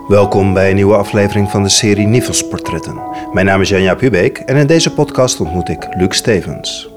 Welkom bij een nieuwe aflevering van de serie Nifels Portretten. Mijn naam is Jan-Jaap Hubeek en in deze podcast ontmoet ik Luc Stevens.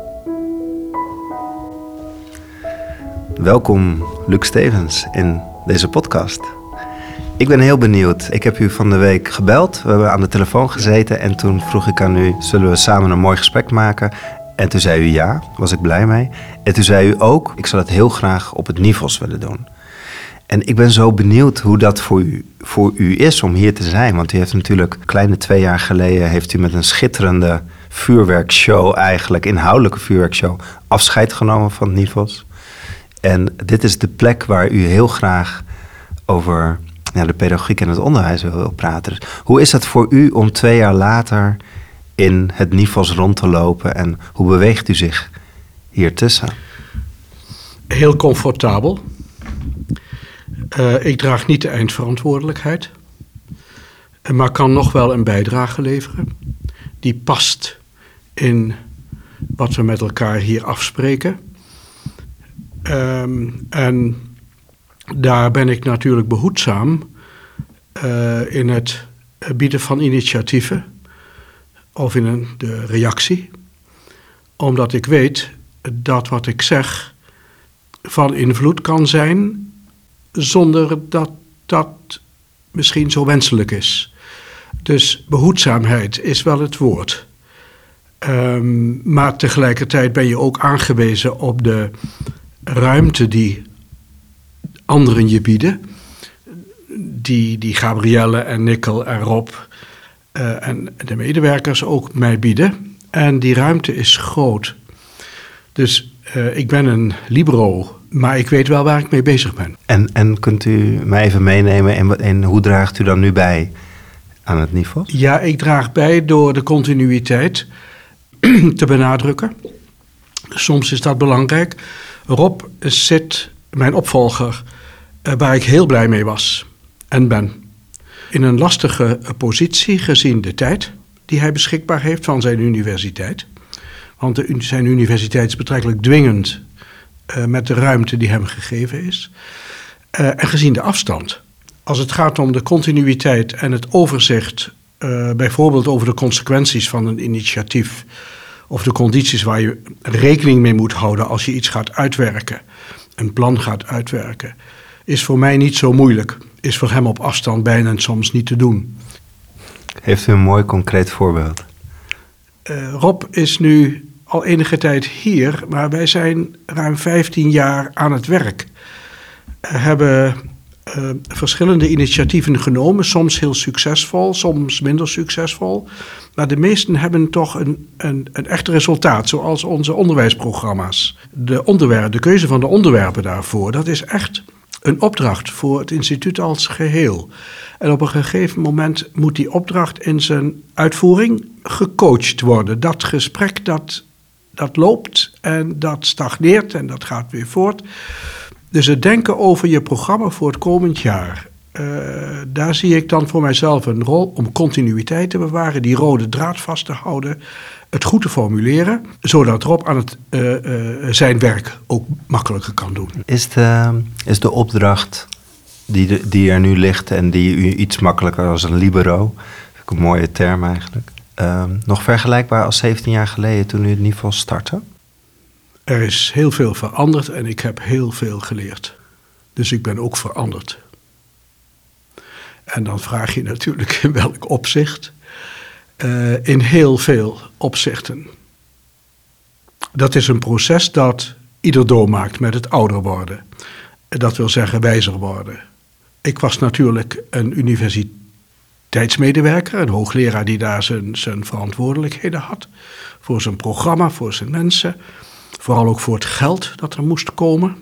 Welkom Luc Stevens in deze podcast. Ik ben heel benieuwd. Ik heb u van de week gebeld. We hebben aan de telefoon gezeten en toen vroeg ik aan u, zullen we samen een mooi gesprek maken? En toen zei u ja, was ik blij mee. En toen zei u ook, ik zou dat heel graag op het Nifels willen doen. En ik ben zo benieuwd hoe dat voor u is om hier te zijn. Want u heeft natuurlijk, kleine 2 jaar geleden, heeft u met een schitterende vuurwerkshow, eigenlijk inhoudelijke vuurwerkshow, afscheid genomen van het Nifels. En dit is de plek waar u heel graag over de pedagogiek en het onderwijs wil praten. Dus hoe is het voor u om 2 jaar later in het Nifels rond te lopen en hoe beweegt u zich hier tussen? Heel comfortabel. Ik draag niet de eindverantwoordelijkheid, maar kan nog wel een bijdrage leveren. Die past in wat we met elkaar hier afspreken. En daar ben ik natuurlijk behoedzaam in het bieden van initiatieven of in de reactie. Omdat ik weet dat wat ik zeg van invloed kan zijn zonder dat dat misschien zo wenselijk is. Dus behoedzaamheid is wel het woord. Maar tegelijkertijd ben je ook aangewezen op de ruimte die anderen je bieden. Die Gabrielle en Nikkel en Rob en de medewerkers ook mij bieden. En die ruimte is groot. Dus ik ben een libero, maar ik weet wel waar ik mee bezig ben. En kunt u mij even meenemen en hoe draagt u dan nu bij aan het Nifels? Ja, ik draag bij door de continuïteit te benadrukken. Soms is dat belangrijk. Rob zit, mijn opvolger, waar ik heel blij mee was en ben. In een lastige positie gezien de tijd die hij beschikbaar heeft van zijn universiteit. Want zijn universiteit is betrekkelijk dwingend met de ruimte die hem gegeven is. En gezien de afstand. Als het gaat om de continuïteit en het overzicht, bijvoorbeeld over de consequenties van een initiatief, of de condities waar je rekening mee moet houden als je iets gaat uitwerken, een plan gaat uitwerken, is voor mij niet zo moeilijk. Is voor hem op afstand bijna soms niet te doen. Heeft u een mooi concreet voorbeeld? Rob is nu al enige tijd hier, maar wij zijn ruim 15 jaar aan het werk. Hebben verschillende initiatieven genomen, soms heel succesvol, soms minder succesvol. Maar de meesten hebben toch een echt resultaat, zoals onze onderwijsprogramma's. De keuze van de onderwerpen daarvoor, dat is echt een opdracht voor het instituut als geheel. En op een gegeven moment moet die opdracht in zijn uitvoering gecoacht worden. Dat gesprek dat loopt en dat stagneert en dat gaat weer voort. Dus het denken over je programma voor het komend jaar, daar zie ik dan voor mijzelf een rol om continuïteit te bewaren, die rode draad vast te houden, het goed te formuleren, zodat Rob aan zijn werk ook makkelijker kan doen. Is de opdracht die er nu ligt en die u iets makkelijker als een libero, vind ik een mooie term eigenlijk, nog vergelijkbaar als 17 jaar geleden toen u het Nifels startte? Er is heel veel veranderd en ik heb heel veel geleerd. Dus ik ben ook veranderd. En dan vraag je natuurlijk in welk opzicht. In heel veel opzichten. Dat is een proces dat ieder doormaakt met het ouder worden. Dat wil zeggen wijzer worden. Ik was natuurlijk een universiteitsmedewerker, een hoogleraar die daar zijn verantwoordelijkheden had. Voor zijn programma, voor zijn mensen. Vooral ook voor het geld dat er moest komen.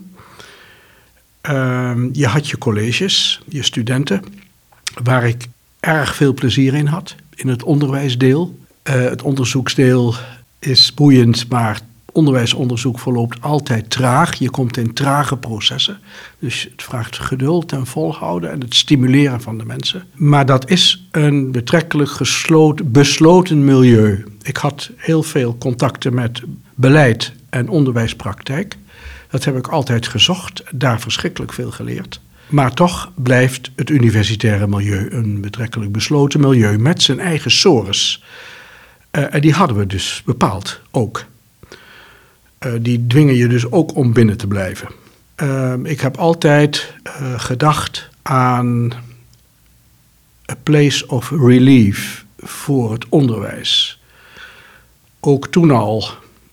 Je had je colleges, je studenten, waar ik erg veel plezier in had. In het onderwijsdeel. Het onderzoeksdeel is boeiend, maar onderwijsonderzoek verloopt altijd traag. Je komt in trage processen. Dus het vraagt geduld en volhouden en het stimuleren van de mensen. Maar dat is een betrekkelijk besloten milieu. Ik had heel veel contacten met beleid en onderwijspraktijk. Dat heb ik altijd gezocht, daar verschrikkelijk veel geleerd. Maar toch blijft het universitaire milieu een betrekkelijk besloten milieu met zijn eigen sores. En die hadden we dus bepaald ook. Die dwingen je dus ook om binnen te blijven. Ik heb altijd gedacht aan a place of relief voor het onderwijs. Ook toen al,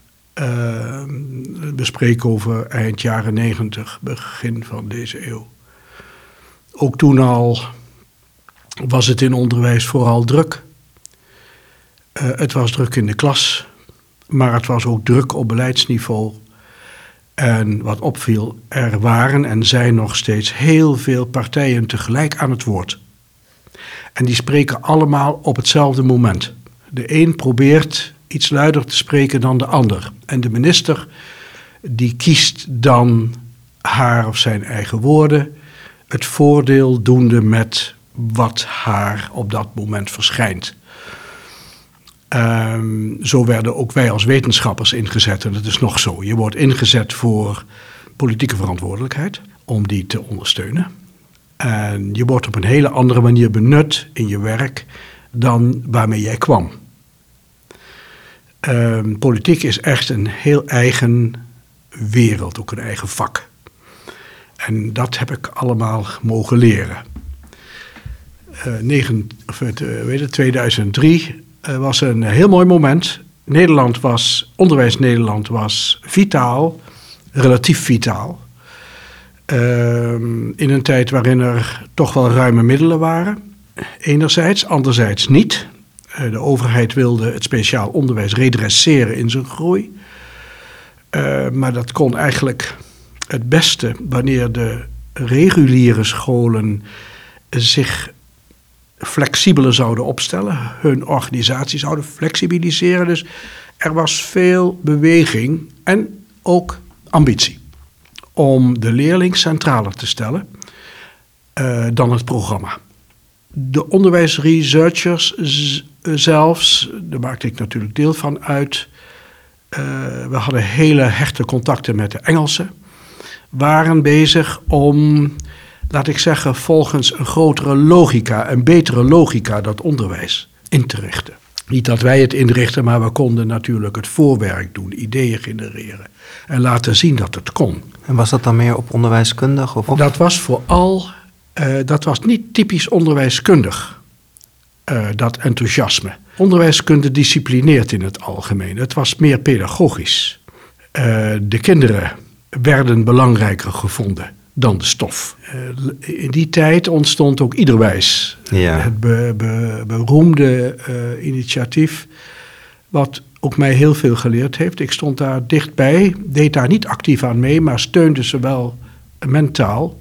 we spreken over eind jaren 90, begin van deze eeuw. Ook toen al was het in onderwijs vooral druk. Het was druk in de klas, maar het was ook druk op beleidsniveau. En wat opviel, er waren en zijn nog steeds heel veel partijen tegelijk aan het woord. En die spreken allemaal op hetzelfde moment. De een probeert iets luider te spreken dan de ander. En de minister die kiest dan haar of zijn eigen woorden, het voordeel doende met wat haar op dat moment verschijnt. Zo werden ook wij als wetenschappers ingezet. En dat is nog zo. Je wordt ingezet voor politieke verantwoordelijkheid, om die te ondersteunen. En je wordt op een hele andere manier benut in je werk dan waarmee jij kwam. Politiek is echt een heel eigen wereld, ook een eigen vak. En dat heb ik allemaal mogen leren. 2003 was een heel mooi moment. Onderwijs Nederland was vitaal, relatief vitaal. In een tijd waarin er toch wel ruime middelen waren. Enerzijds, anderzijds niet. De overheid wilde het speciaal onderwijs redresseren in zijn groei. Maar dat kon eigenlijk het beste wanneer de reguliere scholen zich flexibeler zouden opstellen. Hun organisatie zouden flexibiliseren. Dus er was veel beweging en ook ambitie om de leerling centraler te stellen dan het programma. De onderwijsresearchers zelfs, daar maakte ik natuurlijk deel van uit. We hadden hele hechte contacten met de Engelsen. Waren bezig om, laat ik zeggen, volgens een grotere logica, een betere logica, dat onderwijs in te richten. Niet dat wij het inrichten, maar we konden natuurlijk het voorwerk doen, ideeën genereren en laten zien dat het kon. En was dat dan meer op onderwijskundig? Of? Dat was vooral, dat was niet typisch onderwijskundig, dat enthousiasme. Onderwijskunde disciplineert in het algemeen. Het was meer pedagogisch. De kinderen werden belangrijker gevonden dan de stof. In die tijd ontstond ook Iederwijs. Ja. Het beroemde initiatief, wat ook mij heel veel geleerd heeft. Ik stond daar dichtbij, deed daar niet actief aan mee, maar steunde ze wel mentaal.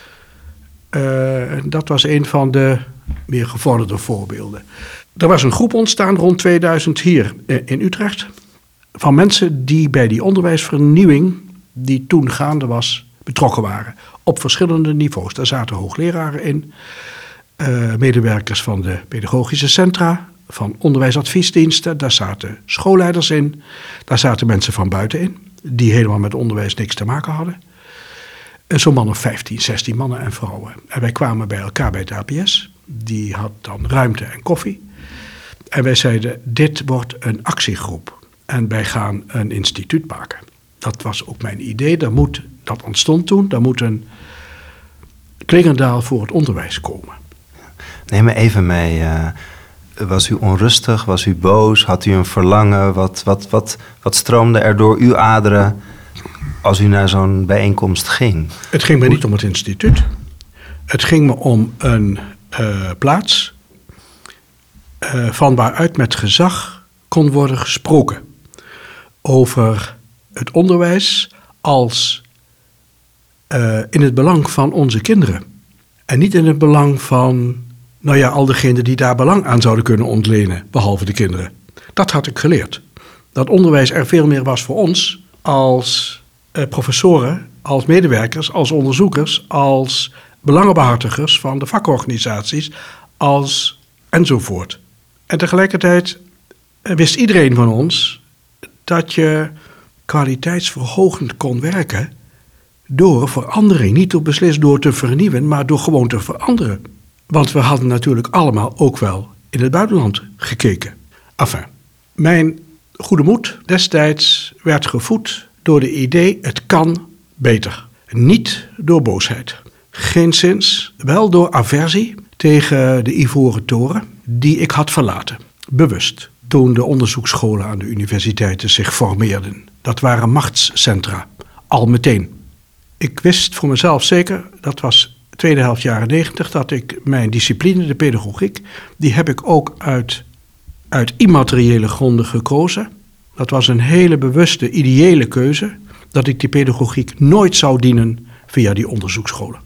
Dat was een van de meer gevorderde voorbeelden. Er was een groep ontstaan rond 2000 hier in Utrecht, van mensen die bij die onderwijsvernieuwing die toen gaande was, betrokken waren. Op verschillende niveaus. Daar zaten hoogleraren in, medewerkers van de pedagogische centra, van onderwijsadviesdiensten, daar zaten schoolleiders in, daar zaten mensen van buiten in, die helemaal met onderwijs niks te maken hadden. Zo'n man of 15, 16 mannen en vrouwen. En wij kwamen bij elkaar bij het APS. Die had dan ruimte en koffie. En wij zeiden, dit wordt een actiegroep. En wij gaan een instituut maken. Dat was ook mijn idee. Dat ontstond toen. Er moet een Klingendaal voor het onderwijs komen. Neem me even mee. Was u onrustig? Was u boos? Had u een verlangen? Wat stroomde er door uw aderen als u naar zo'n bijeenkomst ging? Het ging me niet om het instituut. Het ging me om een plaats van waaruit met gezag kon worden gesproken over het onderwijs als in het belang van onze kinderen. En niet in het belang van, al degenen die daar belang aan zouden kunnen ontlenen, behalve de kinderen. Dat had ik geleerd. Dat onderwijs er veel meer was voor ons als professoren, als medewerkers, als onderzoekers, als belangenbehartigers van de vakorganisaties, als enzovoort. En tegelijkertijd wist iedereen van ons dat je kwaliteitsverhogend kon werken door verandering. Niet door beslist door te vernieuwen, maar door gewoon te veranderen. Want we hadden natuurlijk allemaal ook wel in het buitenland gekeken. Enfin, mijn goede moed destijds werd gevoed door de idee, het kan beter. Niet door boosheid. Geenszins, wel door aversie tegen de Ivoren Toren die ik had verlaten. Bewust. Toen de onderzoeksscholen aan de universiteiten zich formeerden. Dat waren machtscentra. Al meteen. Ik wist voor mezelf zeker, dat was tweede helft jaren 90, dat ik mijn discipline, de pedagogiek, die heb ik ook uit immateriële gronden gekozen. Dat was een hele bewuste, ideële keuze, dat ik die pedagogiek nooit zou dienen via die onderzoeksscholen.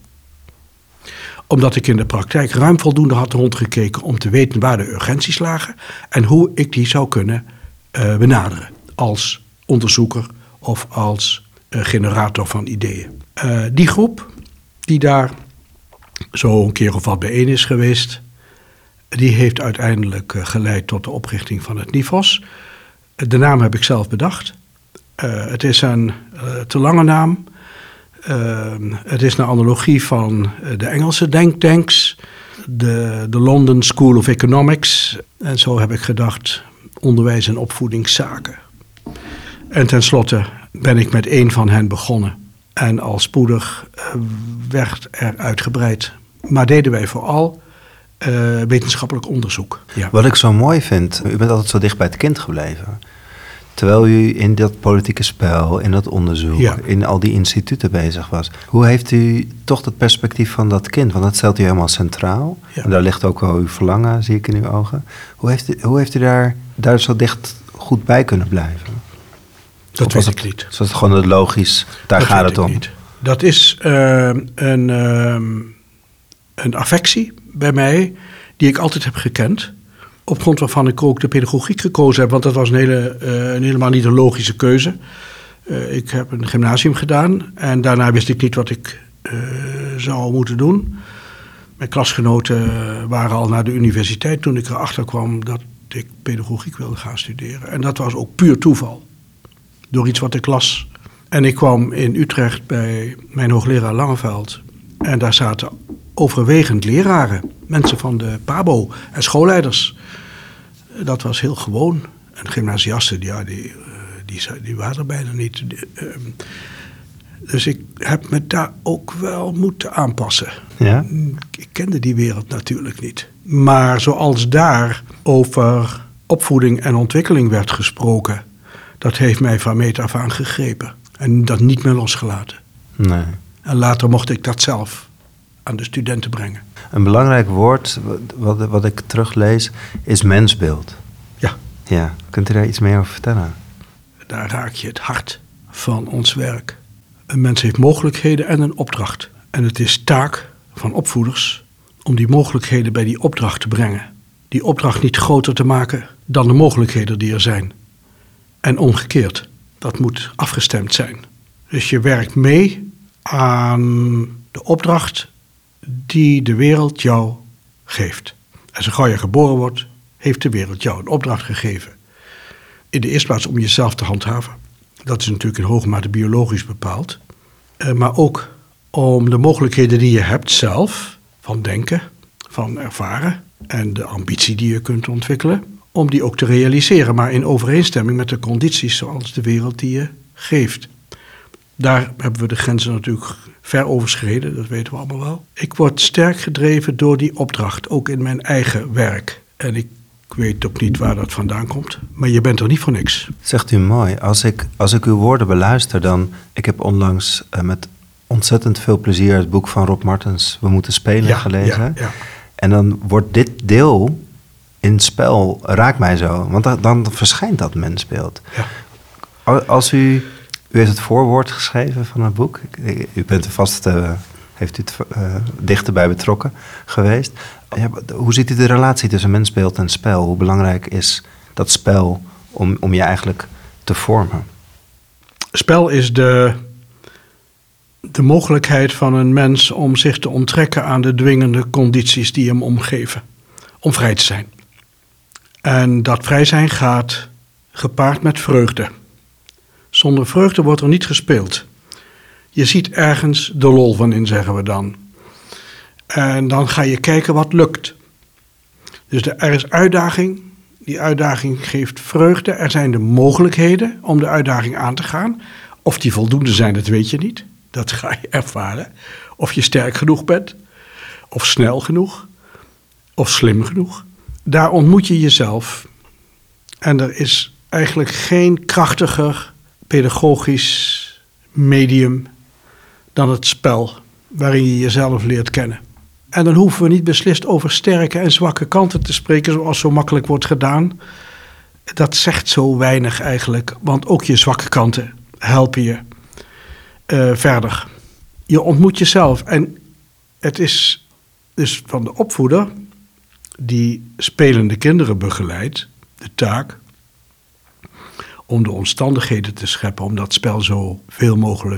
Omdat ik in de praktijk ruim voldoende had rondgekeken om te weten waar de urgenties lagen en hoe ik die zou kunnen benaderen als onderzoeker of als generator van ideeën. Die groep die daar zo een keer of wat bijeen is geweest, die heeft uiteindelijk geleid tot de oprichting van het NIFOS. De naam heb ik zelf bedacht. Het is een te lange naam. Het is een analogie van de Engelse denktanks, de London School of Economics. En zo heb ik gedacht, onderwijs en opvoedingszaken. En tenslotte ben ik met één van hen begonnen. En al spoedig werd er uitgebreid. Maar deden wij vooral wetenschappelijk onderzoek. Ja. Wat ik zo mooi vind, u bent altijd zo dicht bij het kind gebleven. Terwijl u in dat politieke spel, in dat onderzoek, in al die instituten bezig was. Hoe heeft u toch dat perspectief van dat kind? Want dat stelt u helemaal centraal. Ja. En daar ligt ook wel uw verlangen, zie ik in uw ogen. Hoe heeft u daar zo dicht goed bij kunnen blijven? Dat weet ik niet. Was het gewoon het logisch, daar dat gaat het om? Niet. Dat is een affectie bij mij die ik altijd heb gekend. Op grond waarvan ik ook de pedagogiek gekozen heb. Want dat was helemaal niet een logische keuze. Ik heb een gymnasium gedaan. En daarna wist ik niet wat ik zou moeten doen. Mijn klasgenoten waren al naar de universiteit toen ik erachter kwam dat ik pedagogiek wilde gaan studeren. En dat was ook puur toeval. Door iets wat ik las. En ik kwam in Utrecht bij mijn hoogleraar Langeveld. En daar zaten overwegend leraren. Mensen van de PABO en schoolleiders. Dat was heel gewoon. En gymnasiasten, die waren er bijna niet. Dus ik heb me daar ook wel moeten aanpassen. Ja? Ik kende die wereld natuurlijk niet. Maar zoals daar over opvoeding en ontwikkeling werd gesproken, dat heeft mij van meet af aan gegrepen. En dat niet meer losgelaten. Nee. En later mocht ik dat zelf aan de studenten brengen. Een belangrijk woord wat ik teruglees is mensbeeld. Ja. Kunt u daar iets meer over vertellen? Daar raak je het hart van ons werk. Een mens heeft mogelijkheden en een opdracht. En het is taak van opvoeders om die mogelijkheden bij die opdracht te brengen. Die opdracht niet groter te maken dan de mogelijkheden die er zijn. En omgekeerd, dat moet afgestemd zijn. Dus je werkt mee aan de opdracht die de wereld jou geeft. En zo gauw je geboren wordt, heeft de wereld jou een opdracht gegeven. In de eerste plaats om jezelf te handhaven. Dat is natuurlijk in hoge mate biologisch bepaald. Maar ook om de mogelijkheden die je hebt zelf, van denken, van ervaren en de ambitie die je kunt ontwikkelen, om die ook te realiseren, maar in overeenstemming met de condities zoals de wereld die je geeft. Daar hebben we de grenzen natuurlijk ver overschreden, dat weten we allemaal wel. Ik word sterk gedreven door die opdracht, ook in mijn eigen werk. En ik weet ook niet waar dat vandaan komt, maar je bent er niet voor niks. Zegt u mooi. Als ik uw woorden beluister, dan... Ik heb onlangs met ontzettend veel plezier het boek van Rob Martens, We moeten spelen, gelezen. Ja. En dan wordt dit deel in het spel, raakt mij zo. Want dan verschijnt dat mensbeeld. Ja. Als u heeft het voorwoord geschreven van het boek. U bent er vast, heeft u het dichterbij betrokken geweest. Ja, hoe ziet u de relatie tussen mensbeeld en spel? Hoe belangrijk is dat spel om je eigenlijk te vormen? Spel is de mogelijkheid van een mens om zich te onttrekken aan de dwingende condities die hem omgeven. Om vrij te zijn. En dat vrij zijn gaat gepaard met vreugde. Zonder vreugde wordt er niet gespeeld. Je ziet ergens de lol van in, zeggen we dan. En dan ga je kijken wat lukt. Dus er is uitdaging. Die uitdaging geeft vreugde. Er zijn de mogelijkheden om de uitdaging aan te gaan. Of die voldoende zijn, dat weet je niet. Dat ga je ervaren. Of je sterk genoeg bent. Of snel genoeg. Of slim genoeg. Daar ontmoet je jezelf. En er is eigenlijk geen krachtiger pedagogisch medium dan het spel waarin je jezelf leert kennen. En dan hoeven we niet beslist over sterke en zwakke kanten te spreken zoals zo makkelijk wordt gedaan. Dat zegt zo weinig eigenlijk, want ook je zwakke kanten helpen je verder. Je ontmoet jezelf en het is dus van de opvoeder die spelende kinderen begeleidt, de taak om de omstandigheden te scheppen om dat spel zo veel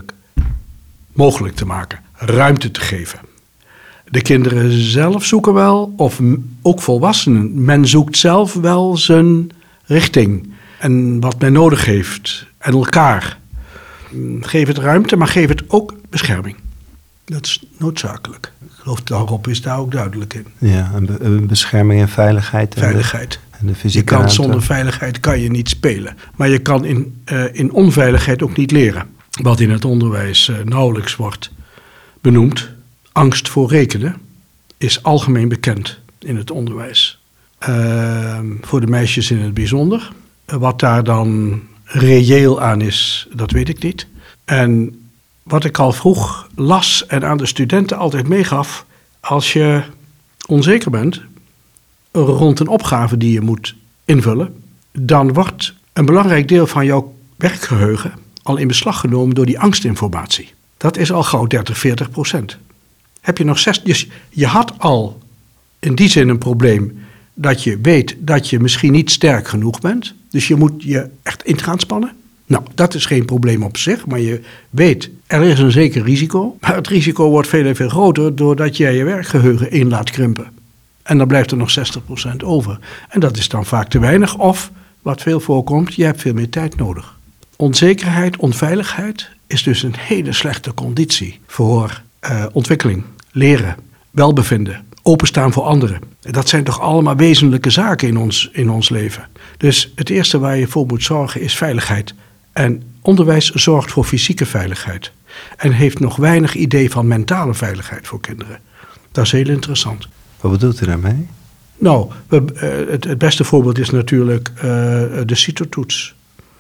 mogelijk te maken, ruimte te geven. De kinderen zelf zoeken wel, of ook volwassenen, men zoekt zelf wel zijn richting en wat men nodig heeft en elkaar. Geef het ruimte, maar geef het ook bescherming. Dat is noodzakelijk. Ik geloof dat Rob is daar ook duidelijk in. Ja, een bescherming en veiligheid. Veiligheid. En de fysieke je kan ruimte. Zonder veiligheid kan je niet spelen. Maar je kan in onveiligheid ook niet leren. Wat in het onderwijs nauwelijks wordt benoemd. Angst voor rekenen is algemeen bekend in het onderwijs. Voor de meisjes in het bijzonder. Wat daar dan reëel aan is, dat weet ik niet. En wat ik al vroeg las en aan de studenten altijd meegaf, als je onzeker bent rond een opgave die je moet invullen, dan wordt een belangrijk deel van jouw werkgeheugen al in beslag genomen door die angstinformatie. Dat is al gauw 30-40%. Heb je nog 6, dus je had al in die zin een probleem dat je weet dat je misschien niet sterk genoeg bent. Dus je moet je echt in gaan spannen. Nou, dat is geen probleem op zich, maar je weet, er is een zeker risico. Maar het risico wordt veel en veel groter doordat jij je werkgeheugen in laat krimpen. En dan blijft er nog 60% over. En dat is dan vaak te weinig of, wat veel voorkomt, je hebt veel meer tijd nodig. Onzekerheid, onveiligheid is dus een hele slechte conditie voor ontwikkeling, leren, welbevinden, openstaan voor anderen. Dat zijn toch allemaal wezenlijke zaken in ons leven. Dus het eerste waar je voor moet zorgen is veiligheid. En onderwijs zorgt voor fysieke veiligheid. En heeft nog weinig idee van mentale veiligheid voor kinderen. Dat is heel interessant. Wat bedoelt u daarmee? Nou, het beste voorbeeld is natuurlijk de CITO-toets.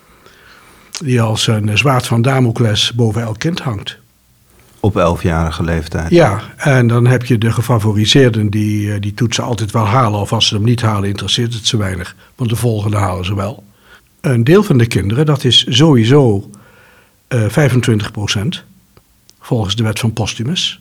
Die als een zwaard van Damocles boven elk kind hangt. Op 11-jarige leeftijd? Ja, en dan heb je de gefavoriseerden die toetsen altijd wel halen. Of als ze hem niet halen, interesseert het ze weinig. Want de volgende halen ze wel. Een deel van de kinderen, dat is sowieso 25%. Volgens de wet van Posthumus.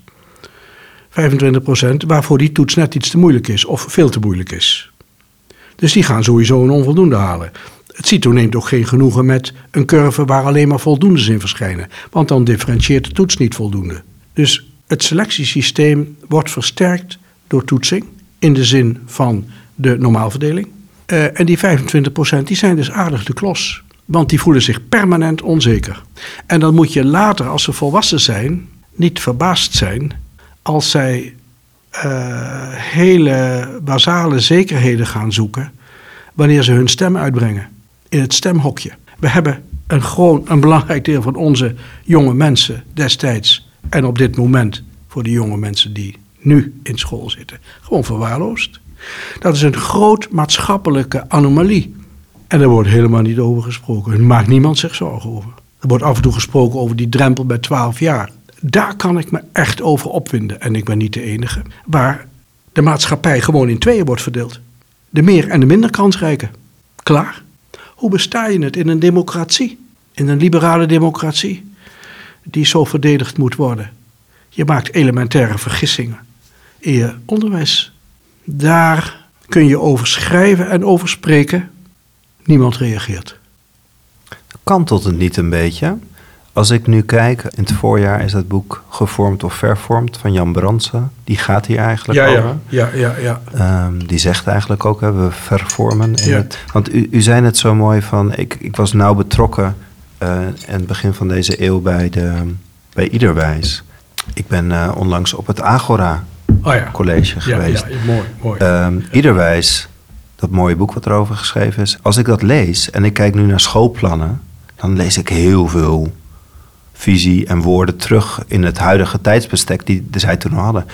25% waarvoor die toets net iets te moeilijk is. Of veel te moeilijk is. Dus die gaan sowieso een onvoldoende halen. Het CITO neemt ook geen genoegen met een curve waar alleen maar voldoendes in verschijnen. Want dan differentieert de toets niet voldoende. Dus het selectiesysteem wordt versterkt door toetsing. In de zin van de normaalverdeling. En die 25% die zijn dus aardig de klos. Want die voelen zich permanent onzeker. En dan moet je later, als ze volwassen zijn, niet verbaasd zijn als zij hele basale zekerheden gaan zoeken wanneer ze hun stem uitbrengen in het stemhokje. We hebben een belangrijk deel van onze jonge mensen destijds en op dit moment voor de jonge mensen die nu in school zitten, gewoon verwaarloosd. Dat is een groot maatschappelijke anomalie. En daar wordt helemaal niet over gesproken. Er maakt niemand zich zorgen over. Er wordt af en toe gesproken over die drempel bij 12 jaar. Daar kan ik me echt over opwinden. En ik ben niet de enige. Waar de maatschappij gewoon in tweeën wordt verdeeld. De meer en de minder kansrijke. Klaar. Hoe besta je het in een democratie? In een liberale democratie? Die zo verdedigd moet worden. Je maakt elementaire vergissingen in je onderwijs. Daar kun je over schrijven en over spreken. Niemand reageert. Kantelt het niet een beetje? Als ik nu kijk, in het voorjaar is dat boek Gevormd of Vervormd van Jan Brandsen. Die gaat hier eigenlijk over. Ja. Die zegt eigenlijk ook, we vervormen. Ja. Want u zei net zo mooi van, ik was nauw betrokken in het begin van deze eeuw bij de bij Iederwijs. Ik ben onlangs op het Agora college geweest. Ja, mooi. Iederwijs, dat mooie boek wat erover geschreven is. Als ik dat lees en ik kijk nu naar schoolplannen, dan lees ik heel veel visie en woorden terug in het huidige tijdsbestek die zij toen hadden.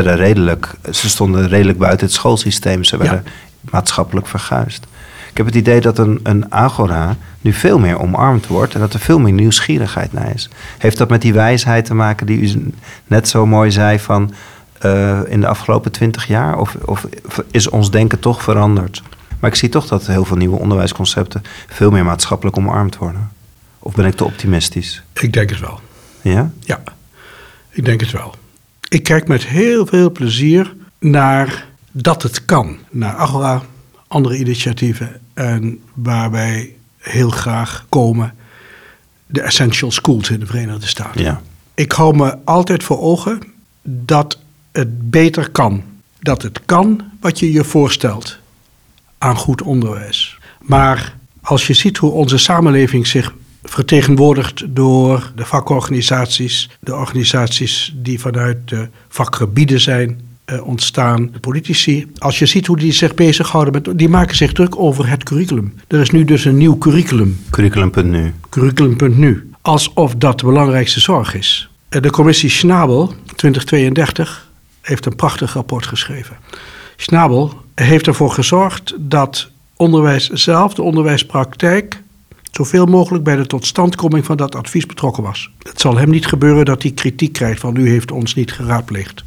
Ze stonden redelijk buiten het schoolsysteem. Ze werden maatschappelijk verguisd. Ik heb het idee dat een Agora nu veel meer omarmd wordt en dat er veel meer nieuwsgierigheid naar is. Heeft dat met die wijsheid te maken die u net zo mooi zei van in de afgelopen 20 jaar? Of is ons denken toch veranderd? Maar ik zie toch dat heel veel nieuwe onderwijsconcepten veel meer maatschappelijk omarmd worden. Of ben ik te optimistisch? Ik denk het wel. Ja? Ja, ik denk het wel. Ik kijk met heel veel plezier naar dat het kan. Naar Agora, andere initiatieven en waar wij heel graag komen, de Essential Schools in de Verenigde Staten. Ja. Ik hou me altijd voor ogen dat het beter kan. Dat het kan wat je je voorstelt aan goed onderwijs. Maar als je ziet hoe onze samenleving zich vertegenwoordigd door de vakorganisaties, de organisaties die vanuit de vakgebieden zijn ontstaan, de politici. Als je ziet hoe die zich bezighouden, die maken zich druk over het curriculum. Er is nu dus een nieuw curriculum. Curriculum.nu. Curriculum.nu. Alsof dat de belangrijkste zorg is. De commissie Schnabel, 2032, heeft een prachtig rapport geschreven. Schnabel heeft ervoor gezorgd dat onderwijs zelf, de onderwijspraktijk, zoveel mogelijk bij de totstandkoming van dat advies betrokken was. Het zal hem niet gebeuren dat hij kritiek krijgt van u heeft ons niet geraadpleegd.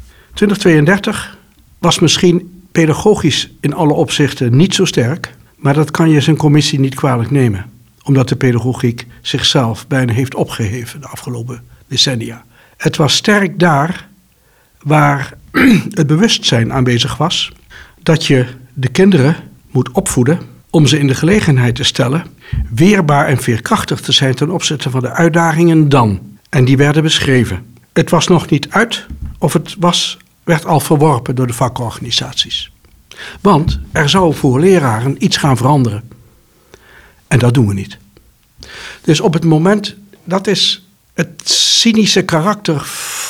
2032 was misschien pedagogisch in alle opzichten niet zo sterk, maar dat kan je zijn commissie niet kwalijk nemen. Omdat de pedagogiek zichzelf bijna heeft opgeheven de afgelopen decennia. Het was sterk daar waar het bewustzijn aanwezig was dat je de kinderen moet opvoeden om ze in de gelegenheid te stellen weerbaar en veerkrachtig te zijn ten opzichte van de uitdagingen dan. En die werden beschreven. Het was nog niet uit of werd al verworpen door de vakorganisaties. Want er zou voor leraren iets gaan veranderen. En dat doen we niet. Dus op het moment, dat is het cynische karakter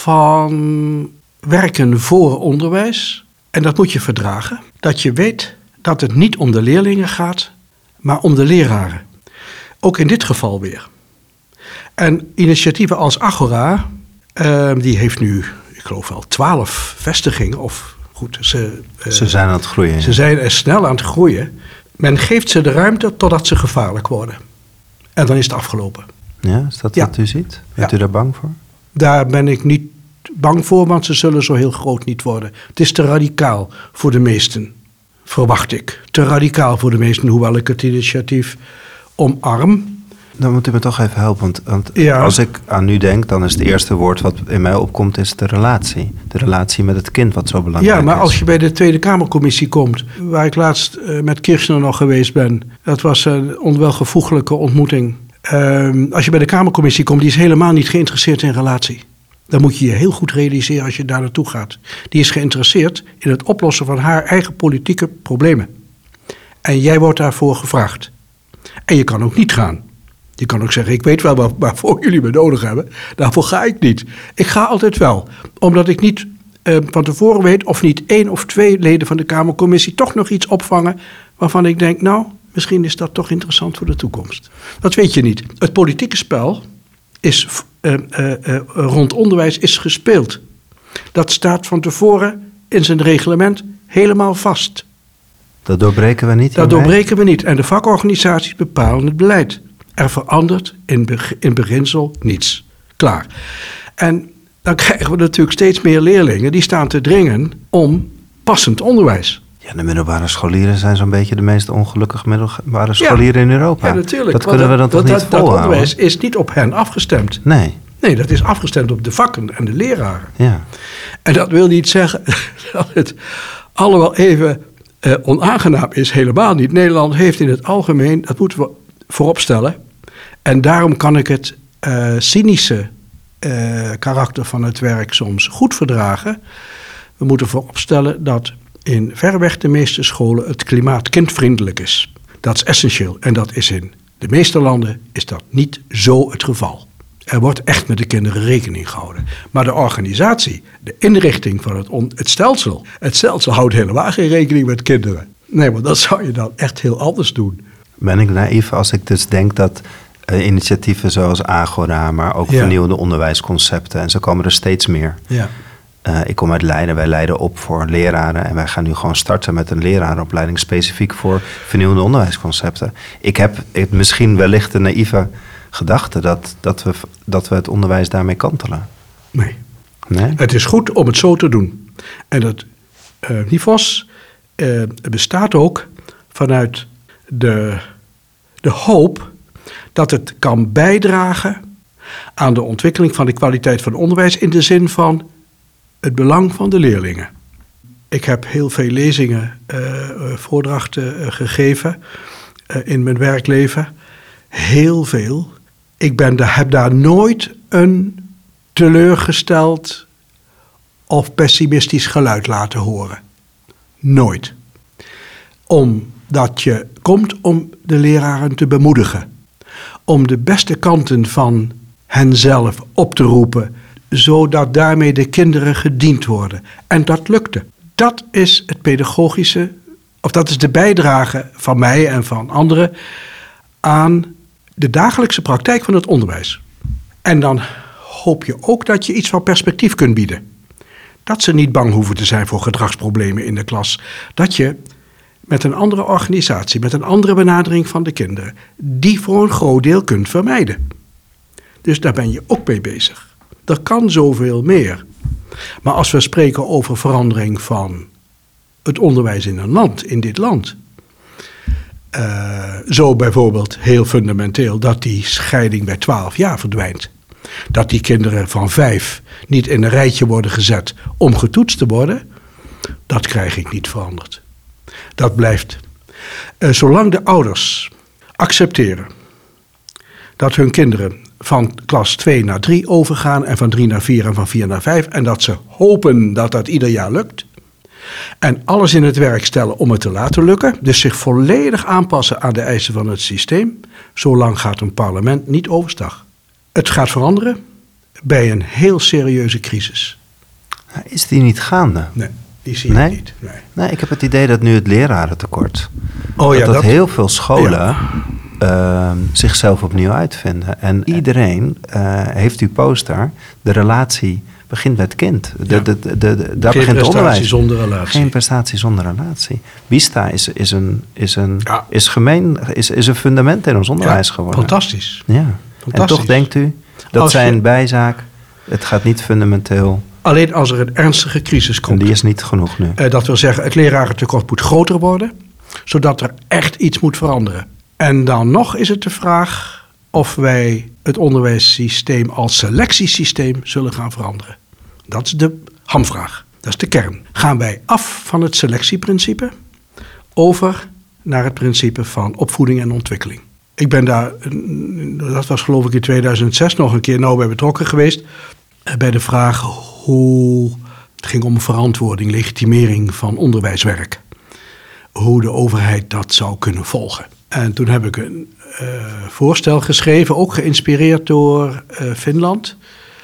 van werken voor onderwijs. En dat moet je verdragen. Dat je weet dat het niet om de leerlingen gaat, maar om de leraren. Ook in dit geval weer. En initiatieven als Agora, die heeft nu, ik geloof wel 12 vestigingen. Of goed, ze zijn aan het groeien. Ze zijn snel aan het groeien. Men geeft ze de ruimte totdat ze gevaarlijk worden. En dan is het afgelopen. Ja, is dat wat u ziet? Bent u daar bang voor? Daar ben ik niet bang voor, want ze zullen zo heel groot niet worden. Het is te radicaal voor de meesten, verwacht ik. Te radicaal voor de meesten, hoewel ik het initiatief omarm. Dan moet u me toch even helpen, want als ik aan u denk, dan is het eerste woord wat in mij opkomt, is de relatie. De relatie met het kind, wat zo belangrijk is. Ja, maar als je bij de Tweede Kamercommissie komt, waar ik laatst met Kirchner nog geweest ben, dat was een onwelgevoeglijke ontmoeting. Als je bij de Kamercommissie komt, die is helemaal niet geïnteresseerd in relatie. Dan moet je je heel goed realiseren als je daar naartoe gaat. Die is geïnteresseerd in het oplossen van haar eigen politieke problemen. En jij wordt daarvoor gevraagd. En je kan ook niet gaan. Je kan ook zeggen, ik weet wel waarvoor jullie me nodig hebben. Daarvoor ga ik niet. Ik ga altijd wel. Omdat ik niet van tevoren weet of niet 1 of 2 leden van de Kamercommissie toch nog iets opvangen waarvan ik denk, nou, misschien is dat toch interessant voor de toekomst. Dat weet je niet. Het politieke spel is rond onderwijs is gespeeld. Dat staat van tevoren in zijn reglement helemaal vast. Dat doorbreken we niet? Dat doorbreken we niet. En de vakorganisaties bepalen het beleid. Er verandert in beginsel niets. Klaar. En dan krijgen we natuurlijk steeds meer leerlingen die staan te dringen om passend onderwijs. Ja, de middelbare scholieren zijn zo'n beetje de meest ongelukkige middelbare scholieren in Europa. Ja, natuurlijk. Dat kunnen we dan toch niet volhouden? Dat onderwijs is niet op hen afgestemd. Nee, dat is afgestemd op de vakken en de leraren. Ja. En dat wil niet zeggen dat het allemaal even onaangenaam is. Helemaal niet. Nederland heeft in het algemeen, dat moeten we vooropstellen. En daarom kan ik het cynische karakter van het werk soms goed verdragen. We moeten vooropstellen dat in verreweg de meeste scholen het klimaat kindvriendelijk is. Dat is essentieel. En dat is in de meeste landen is dat niet zo het geval. Er wordt echt met de kinderen rekening gehouden. Maar de organisatie, de inrichting van het stelsel houdt helemaal geen rekening met kinderen. Nee, maar dat zou je dan echt heel anders doen. Ben ik naïef als ik dus denk dat initiatieven zoals Agora, maar ook vernieuwde onderwijsconcepten, en zo komen er steeds meer. Ja. Ik kom uit Leiden, wij leiden op voor leraren en wij gaan nu gewoon starten met een lerarenopleiding specifiek voor vernieuwde onderwijsconcepten. Ik heb misschien wellicht een naïeve gedachte dat we het onderwijs daarmee kantelen. Nee. Nee? Het is goed om het zo te doen. En dat NIFOS bestaat ook vanuit de hoop dat het kan bijdragen aan de ontwikkeling van de kwaliteit van onderwijs in de zin van het belang van de leerlingen. Ik heb heel veel lezingen, voordrachten gegeven in mijn werkleven. Heel veel. Ik heb daar nooit een teleurgesteld of pessimistisch geluid laten horen. Nooit. Omdat je komt om de leraren te bemoedigen. Om de beste kanten van henzelf op te roepen, zodat daarmee de kinderen gediend worden. En dat lukte. Dat is het pedagogische, of dat is de bijdrage van mij en van anderen aan de dagelijkse praktijk van het onderwijs. En dan hoop je ook dat je iets van perspectief kunt bieden. Dat ze niet bang hoeven te zijn voor gedragsproblemen in de klas. Dat je met een andere organisatie, met een andere benadering van de kinderen, die voor een groot deel kunt vermijden. Dus daar ben je ook mee bezig. Er kan zoveel meer. Maar als we spreken over verandering van het onderwijs in een land, in dit land. Zo bijvoorbeeld heel fundamenteel dat die scheiding bij 12 jaar verdwijnt. Dat die kinderen van 5 niet in een rijtje worden gezet om getoetst te worden. Dat krijg ik niet veranderd. Dat blijft. Zolang de ouders accepteren dat hun kinderen van klas 2 naar 3 overgaan en van 3 naar 4 en van 4 naar 5... en dat ze hopen dat dat ieder jaar lukt. En alles in het werk stellen om het te laten lukken. Dus zich volledig aanpassen aan de eisen van het systeem. Zolang gaat een parlement niet overstag. Het gaat veranderen bij een heel serieuze crisis. Is die niet gaande? Nee, die zie je niet. Nee, ik heb het idee dat nu het lerarentekort. Oh, dat heel veel scholen zichzelf opnieuw uitvinden. En iedereen heeft uw poster. De relatie begint met het kind. Daar begint het onderwijs. Zonder relatie. Geen prestatie zonder relatie. Bista is een fundament in ons onderwijs geworden. Fantastisch. Ja. En toch denkt u, dat zijn bijzaak. Het gaat niet fundamenteel. Alleen als er een ernstige crisis komt. En die is niet genoeg nu. Dat wil zeggen, het lerarentekort moet groter worden, zodat er echt iets moet veranderen. En dan nog is het de vraag of wij het onderwijssysteem als selectiesysteem zullen gaan veranderen. Dat is de hamvraag. Dat is de kern. Gaan wij af van het selectieprincipe over naar het principe van opvoeding en ontwikkeling. Ik ben daar, dat was geloof ik in 2006 nog een keer nauw bij betrokken geweest. Bij de vraag het ging om verantwoording, legitimering van onderwijswerk. Hoe de overheid dat zou kunnen volgen. En toen heb ik een voorstel geschreven, ook geïnspireerd door Finland.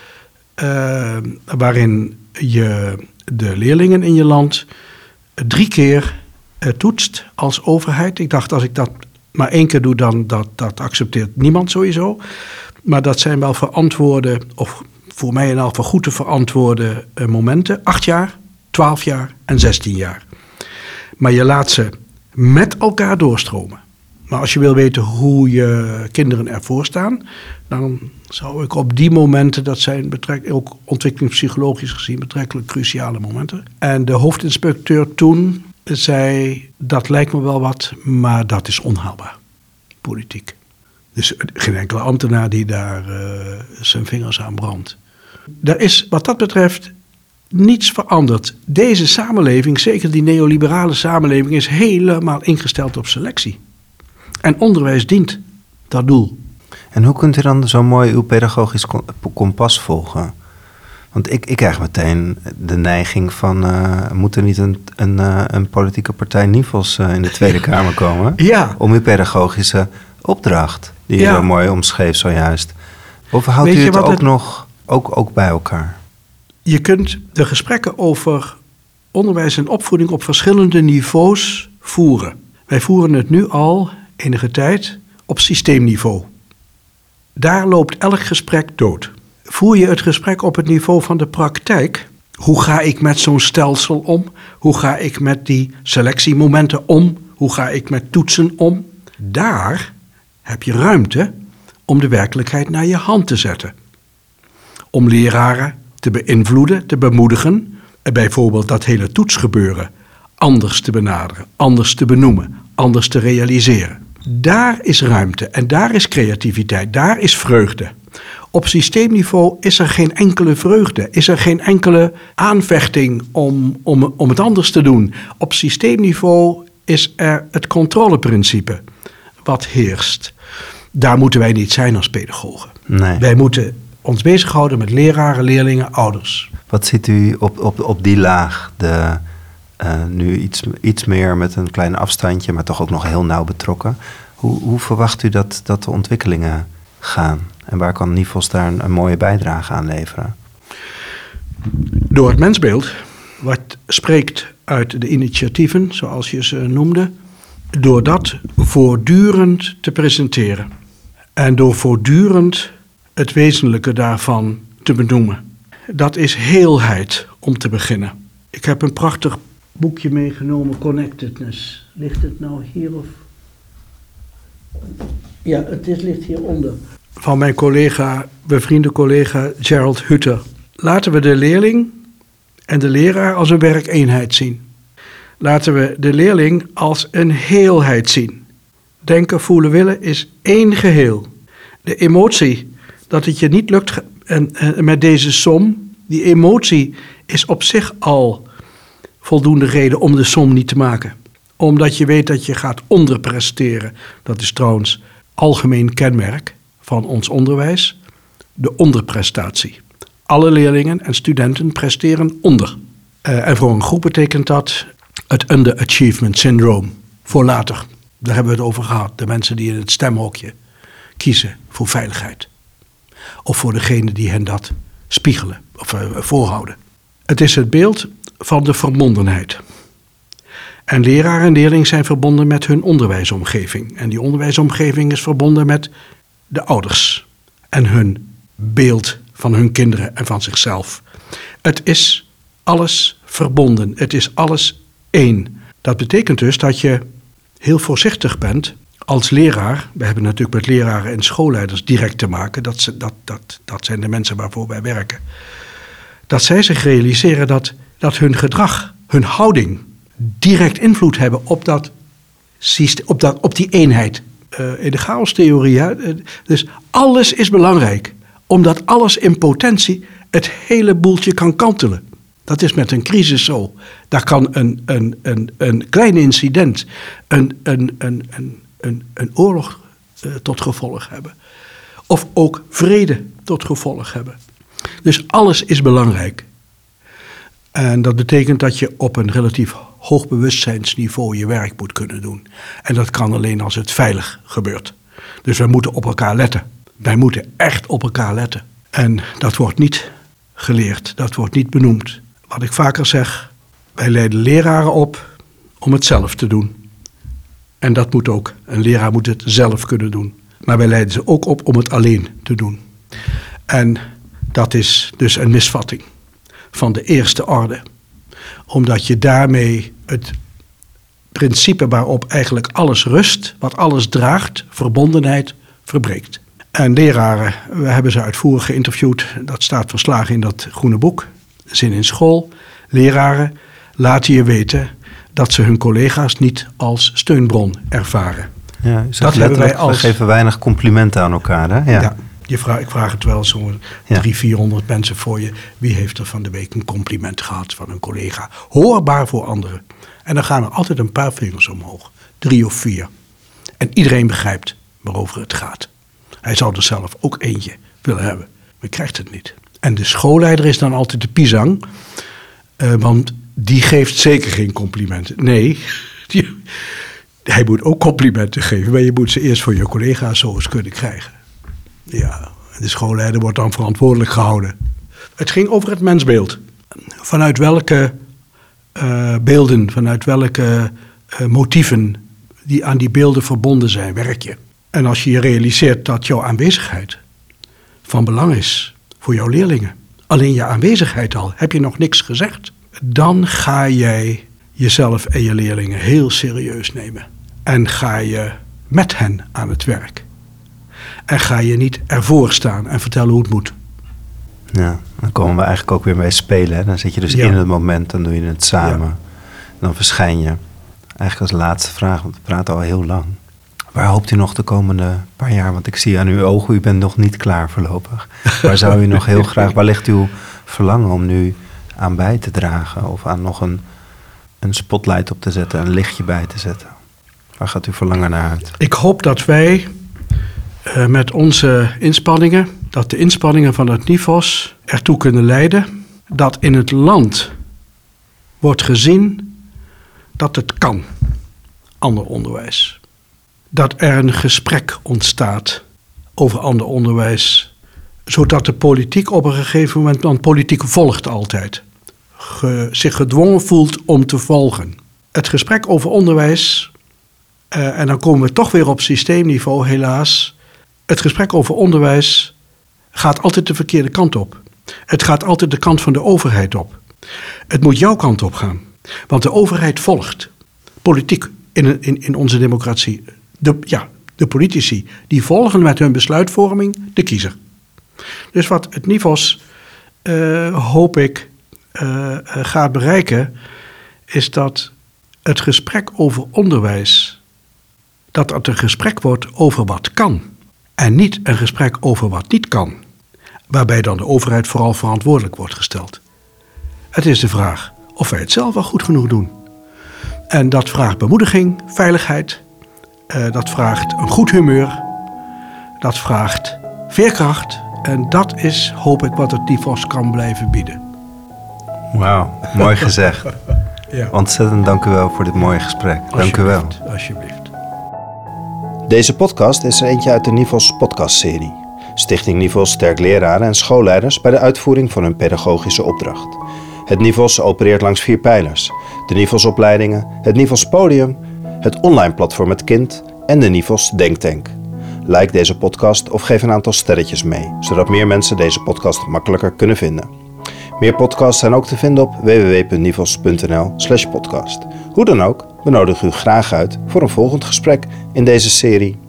Waarin je de leerlingen in je land 3 keer toetst als overheid. Ik dacht, als ik dat maar 1 keer doe, dan dat accepteert niemand sowieso. Maar dat zijn wel verantwoorde, of voor mij in elk geval goed te verantwoorden momenten. 8 jaar, 12 jaar en 16 jaar. Maar je laat ze met elkaar doorstromen. Maar als je wil weten hoe je kinderen ervoor staan, dan zou ik op die momenten, dat zijn ook ontwikkelingspsychologisch gezien betrekkelijk cruciale momenten. En de hoofdinspecteur toen zei, dat lijkt me wel wat, maar dat is onhaalbaar, politiek. Dus geen enkele ambtenaar die daar zijn vingers aan brandt. Er is wat dat betreft niets veranderd. Deze samenleving, zeker die neoliberale samenleving, is helemaal ingesteld op selectie. En onderwijs dient dat doel. En hoe kunt u dan zo mooi uw pedagogisch kompas volgen? Want ik krijg meteen de neiging van, moet er niet een politieke partij NIFOS in de Tweede Kamer komen? Ja. Om uw pedagogische opdracht, die je zo mooi omschreef zojuist. Of houdt u het ook nog ook bij elkaar? Je kunt de gesprekken over onderwijs en opvoeding op verschillende niveaus voeren. Wij voeren het nu al enige tijd op systeemniveau. Daar loopt elk gesprek dood. Voer je het gesprek op het niveau van de praktijk? Hoe ga ik met zo'n stelsel om? Hoe ga ik met die selectiemomenten om? Hoe ga ik met toetsen om? Daar heb je ruimte om de werkelijkheid naar je hand te zetten. Om leraren te beïnvloeden, te bemoedigen. Bijvoorbeeld dat hele toetsgebeuren anders te benaderen, anders te benoemen, anders te realiseren. Daar is ruimte en daar is creativiteit, daar is vreugde. Op systeemniveau is er geen enkele vreugde, is er geen enkele aanvechting om het anders te doen. Op systeemniveau is er het controleprincipe wat heerst. Daar moeten wij niet zijn als pedagogen. Nee. Wij moeten ons bezighouden met leraren, leerlingen, ouders. Wat ziet u op die laag? Nu iets meer met een klein afstandje, maar toch ook nog heel nauw betrokken. Hoe verwacht u dat de ontwikkelingen gaan? En waar kan NIVOS daar een mooie bijdrage aan leveren? Door het mensbeeld, wat spreekt uit de initiatieven, zoals je ze noemde, door dat voortdurend te presenteren. En door voortdurend het wezenlijke daarvan te benoemen. Dat is heelheid om te beginnen. Ik heb een prachtig boekje meegenomen, Connectedness. Ligt het nou hier of? Ja, ligt hieronder. Van mijn bevriende collega Gerald Hutter. Laten we de leerling en de leraar als een werkeenheid zien. Laten we de leerling als een heelheid zien. Denken, voelen, willen is één geheel. De emotie dat het je niet lukt met deze som, die emotie is op zich al voldoende reden om de som niet te maken. Omdat je weet dat je gaat onderpresteren. Dat is trouwens algemeen kenmerk van ons onderwijs. De onderprestatie. Alle leerlingen en studenten presteren onder. En voor een groep betekent dat het underachievement syndrome. Voor later. Daar hebben we het over gehad. De mensen die in het stemhokje kiezen voor veiligheid. Of voor degene die hen dat spiegelen of voorhouden. Het is het beeld van de verbondenheid. En leraar en leerling zijn verbonden met hun onderwijsomgeving. En die onderwijsomgeving is verbonden met de ouders. En hun beeld van hun kinderen en van zichzelf. Het is alles verbonden. Het is alles één. Dat betekent dus dat je heel voorzichtig bent als leraar. We hebben natuurlijk met leraren en schoolleiders direct te maken. Dat zijn de mensen waarvoor wij werken. Dat zij zich realiseren dat hun gedrag, hun houding direct invloed hebben op die eenheid. In de chaostheorie, dus alles is belangrijk. Omdat alles in potentie het hele boeltje kan kantelen. Dat is met een crisis zo. Daar kan een klein incident, een oorlog tot gevolg hebben. Of ook vrede tot gevolg hebben. Dus alles is belangrijk. En dat betekent dat je op een relatief hoog bewustzijnsniveau je werk moet kunnen doen. En dat kan alleen als het veilig gebeurt. Dus wij moeten op elkaar letten. Wij moeten echt op elkaar letten. En dat wordt niet geleerd, dat wordt niet benoemd. Wat ik vaker zeg, wij leiden leraren op om het zelf te doen. En dat moet ook. Een leraar moet het zelf kunnen doen. Maar wij leiden ze ook op om het alleen te doen. En dat is dus een misvatting van de eerste orde. Omdat je daarmee het principe waarop eigenlijk alles rust, wat alles draagt, verbondenheid, verbreekt. En leraren, we hebben ze uitvoerig geïnterviewd. Dat staat verslagen in dat groene boek. Zin in school. Leraren laten je weten dat ze hun collega's niet als steunbron ervaren. Ja, dat letterlijk, we geven weinig complimenten aan elkaar. Hè? Ja. Ja, ik vraag het wel zo'n 300-400 mensen voor je. Wie heeft er van de week een compliment gehad van een collega? Hoorbaar voor anderen. En dan gaan er altijd een paar vingers omhoog. 3 of 4. En iedereen begrijpt waarover het gaat. Hij zou er zelf ook eentje willen hebben. Maar krijgt het niet. En de schoolleider is dan altijd de pisang. Want die geeft zeker geen complimenten. Nee, hij moet ook complimenten geven. Maar je moet ze eerst voor je collega's zo eens kunnen krijgen. Ja, De schoolleider wordt dan verantwoordelijk gehouden. Het ging over het mensbeeld. Vanuit welke beelden, vanuit welke motieven die aan die beelden verbonden zijn, werk je. En als je je realiseert dat jouw aanwezigheid van belang is voor jouw leerlingen. Alleen je aanwezigheid al, heb je nog niks gezegd. Dan ga jij jezelf en je leerlingen heel serieus nemen. En ga je met hen aan het werk. En ga je niet ervoor staan en vertellen hoe het moet. Ja, dan komen we eigenlijk ook weer bij spelen. Hè? Dan zit je dus in het moment, dan doe je het samen. Ja. Dan verschijn je. Eigenlijk als laatste vraag, want we praten al heel lang. Waar hoopt u nog de komende paar jaar? Want ik zie aan uw ogen, u bent nog niet klaar voorlopig. Waar zou u nog heel graag, waar ligt uw verlangen om nu aan bij te dragen? Of aan nog een spotlight op te zetten, een lichtje bij te zetten? Waar gaat uw verlangen naar uit? Ik hoop dat wij met onze inspanningen, dat de inspanningen van het NIVOS ertoe kunnen leiden dat in het land wordt gezien dat het kan, ander onderwijs. Dat er een gesprek ontstaat over ander onderwijs, zodat de politiek op een gegeven moment, want politiek volgt altijd, zich gedwongen voelt om te volgen. Het gesprek over onderwijs, en dan komen we toch weer op systeemniveau helaas. Het gesprek over onderwijs gaat altijd de verkeerde kant op. Het gaat altijd de kant van de overheid op. Het moet jouw kant op gaan. Want de overheid volgt. Politiek in onze democratie. De politici die volgen met hun besluitvorming de kiezer. Dus wat het NIVOS hoop ik gaat bereiken, is dat het gesprek over onderwijs, dat het een gesprek wordt over wat kan. En niet een gesprek over wat niet kan. Waarbij dan de overheid vooral verantwoordelijk wordt gesteld. Het is de vraag of wij het zelf wel goed genoeg doen. En dat vraagt bemoediging, veiligheid. Dat vraagt een goed humeur. Dat vraagt veerkracht. En dat is, hoop ik, wat het NIVOS kan blijven bieden. Wauw, mooi gezegd. Ja. Ontzettend dank u wel voor dit mooie gesprek. Dank u wel. Alsjeblieft. Deze podcast is er eentje uit de NIVOS podcastserie. Stichting NIVOS sterkt leraren en schoolleiders bij de uitvoering van hun pedagogische opdracht. Het NIVOS opereert langs 4 pijlers. De NIVOS-opleidingen, het NIVOS-podium, het online platform Het Kind en de NIVOS Denktank. Like deze podcast of geef een aantal sterretjes mee, zodat meer mensen deze podcast makkelijker kunnen vinden. Meer podcasts zijn ook te vinden op www.nivos.nl/podcast. Hoe dan ook, we nodigen u graag uit voor een volgend gesprek in deze serie.